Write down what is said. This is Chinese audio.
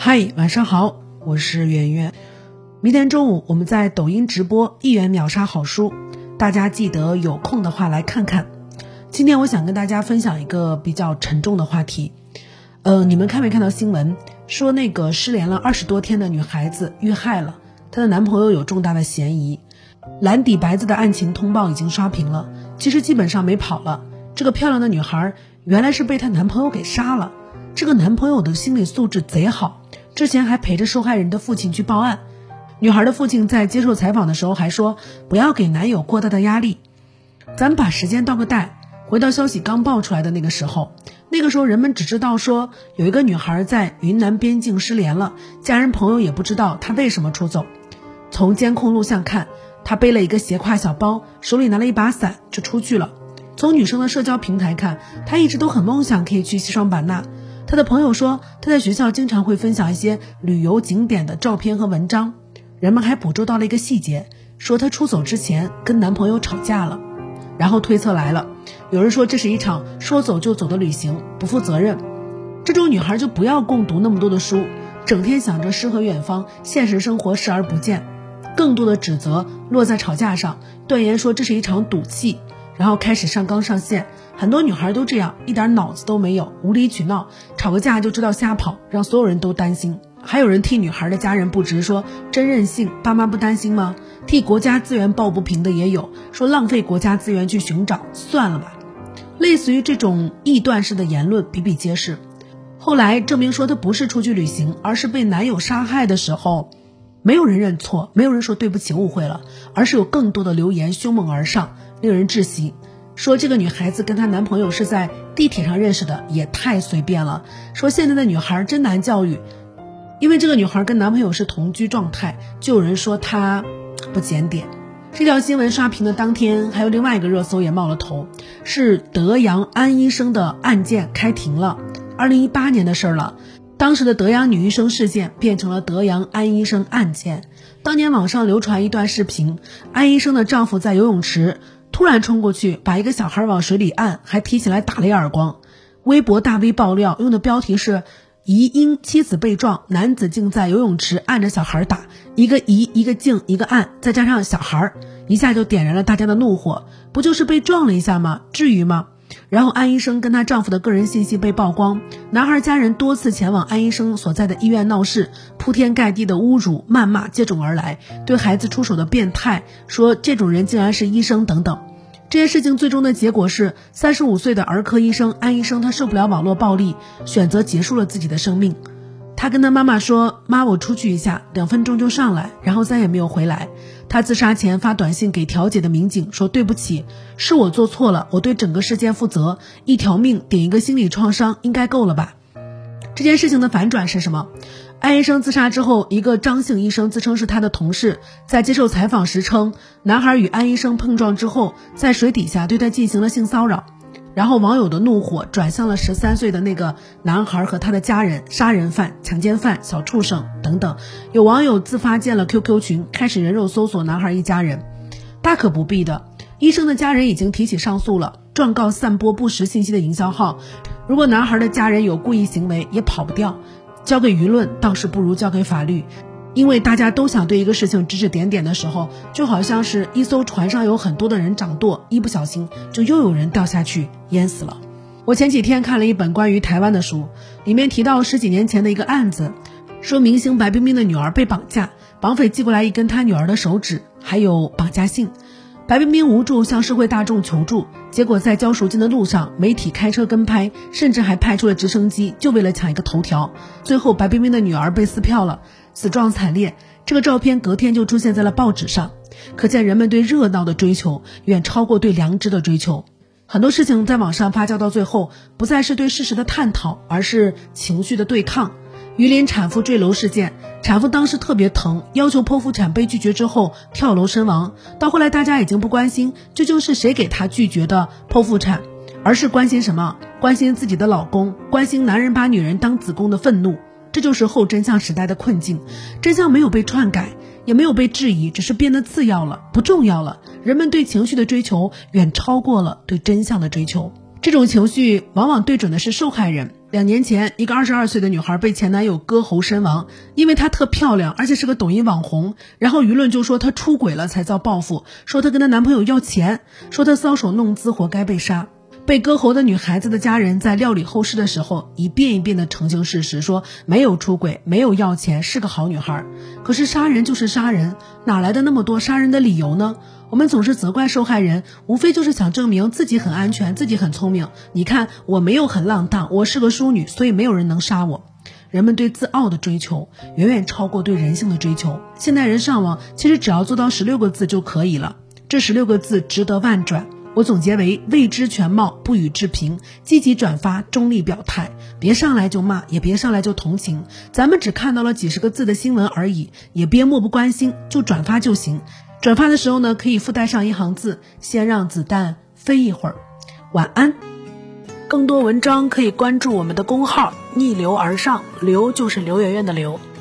嗨，晚上好，我是圆圆。明天中午我们在抖音直播1元秒杀好书，大家记得有空的话来看看。今天我想跟大家分享一个比较沉重的话题。你们看没看到新闻说那个失联了20多天的女孩子遇害了，她的男朋友有重大的嫌疑。蓝底白字的案情通报已经刷屏了，其实基本上没跑了。这个漂亮的女孩原来是被她男朋友给杀了。这个男朋友的心理素质贼好，之前还陪着受害人的父亲去报案。女孩的父亲在接受采访的时候还说，不要给男友过大的压力。咱们把时间倒个带，回到消息刚爆出来的那个时候人们只知道说有一个女孩在云南边境失联了，家人朋友也不知道她为什么出走。从监控录像看，她背了一个斜挎小包，手里拿了一把伞就出去了。从女生的社交平台看，她一直都很梦想可以去西双版纳。她的朋友说，她在学校经常会分享一些旅游景点的照片和文章。人们还捕捉到了一个细节，说她出走之前跟男朋友吵架了。然后推测来了，有人说这是一场说走就走的旅行，不负责任。这种女孩就不要共读那么多的书，整天想着诗和远方，现实生活视而不见。更多的指责落在吵架上，断言说这是一场赌气，然后开始上纲上线。很多女孩都这样，一点脑子都没有，无理取闹，吵个架就知道瞎跑，让所有人都担心。还有人替女孩的家人不值，说真任性，爸妈不担心吗？替国家资源抱不平的也有，说浪费国家资源去寻找，算了吧。类似于这种臆断式的言论比比皆是。后来证明说她不是出去旅行，而是被男友杀害的时候，没有人认错，没有人说对不起误会了，而是有更多的流言凶猛而上，令人窒息。说这个女孩子跟她男朋友是在地铁上认识的，也太随便了。说现在的女孩真难教育，因为这个女孩跟男朋友是同居状态，就有人说她不检点。这条新闻刷屏的当天，还有另外一个热搜也冒了头，是德阳安医生的案件开庭了。2018年的事了，当时的德阳女医生事件变成了德阳安医生案件。当年网上流传一段视频，安医生的丈夫在游泳池突然冲过去，把一个小孩往水里按，还提起来打了一耳光。微博大 V 爆料，用的标题是疑因妻子被撞，男子竟在游泳池按着小孩打，一个疑一个敬一个按，再加上小孩，一下就点燃了大家的怒火。不就是被撞了一下吗？至于吗？然后安医生跟她丈夫的个人信息被曝光，男孩家人多次前往安医生所在的医院闹事，铺天盖地的侮辱谩骂接踵而来，对孩子出手的变态，说这种人竟然是医生等等。这件事情最终的结果是35岁的儿科医生安医生，他受不了网络暴力，选择结束了自己的生命。他跟他妈妈说，妈，我出去一下，2分钟就上来，然后再也没有回来。他自杀前发短信给调解的民警说，对不起，是我做错了，我对整个事件负责，一条命顶一个心理创伤应该够了吧。这件事情的反转是什么？安医生自杀之后，一个张姓医生自称是他的同事，在接受采访时称，男孩与安医生碰撞之后，在水底下对他进行了性骚扰。然后网友的怒火转向了13岁的那个男孩和他的家人，杀人犯、强奸犯、小畜生等等。有网友自发建了 QQ 群，开始人肉搜索男孩一家人。大可不必的，医生的家人已经提起上诉了，状告散播不实信息的营销号。如果男孩的家人有故意行为，也跑不掉，交给舆论倒是不如交给法律。因为大家都想对一个事情指指点点的时候，就好像是一艘船上有很多的人掌舵，一不小心就又有人掉下去淹死了。我前几天看了一本关于台湾的书，里面提到10几年前的一个案子，说明星白冰冰的女儿被绑架，绑匪寄过来一根她女儿的手指，还有绑架信。白冰冰无助向社会大众求助，结果在交赎金的路上，媒体开车跟拍，甚至还派出了直升机，就为了抢一个头条。最后白冰冰的女儿被撕票了，死状惨烈。这个照片隔天就出现在了报纸上，可见人们对热闹的追求远超过对良知的追求。很多事情在网上发酵到最后，不再是对事实的探讨，而是情绪的对抗。榆林产妇坠楼事件，产妇当时特别疼，要求剖腹产被拒绝之后跳楼身亡。到后来大家已经不关心究竟是谁给她拒绝的剖腹产，而是关心什么？关心自己的老公，关心男人把女人当子宫的愤怒。这就是后真相时代的困境，真相没有被篡改，也没有被质疑，只是变得次要了，不重要了。人们对情绪的追求远超过了对真相的追求。这种情绪往往对准的是受害人， 2年前，一个22岁的女孩被前男友割喉身亡，因为她特漂亮，而且是个抖音网红。然后舆论就说她出轨了才遭报复，说她跟她男朋友要钱，说她搔首弄姿，活该被杀。被割喉的女孩子的家人在料理后事的时候，一遍一遍地澄清事实，说没有出轨，没有要钱，是个好女孩。可是杀人就是杀人，哪来的那么多杀人的理由呢？我们总是责怪受害人，无非就是想证明自己很安全，自己很聪明。你看，我没有很浪荡，我是个淑女，所以没有人能杀我。人们对自傲的追求远远超过对人性的追求。现代人上网其实只要做到16个字就可以了，这16个字值得万转。我总结为未知全貌，不予置评，积极转发，中立表态，别上来就骂，也别上来就同情。咱们只看到了几十个字的新闻而已，也别漠不关心，就转发就行。转发的时候呢，可以附带上一行字，先让子弹飞一会儿。晚安。更多文章可以关注我们的公号逆流而上，流就是刘媛媛的流。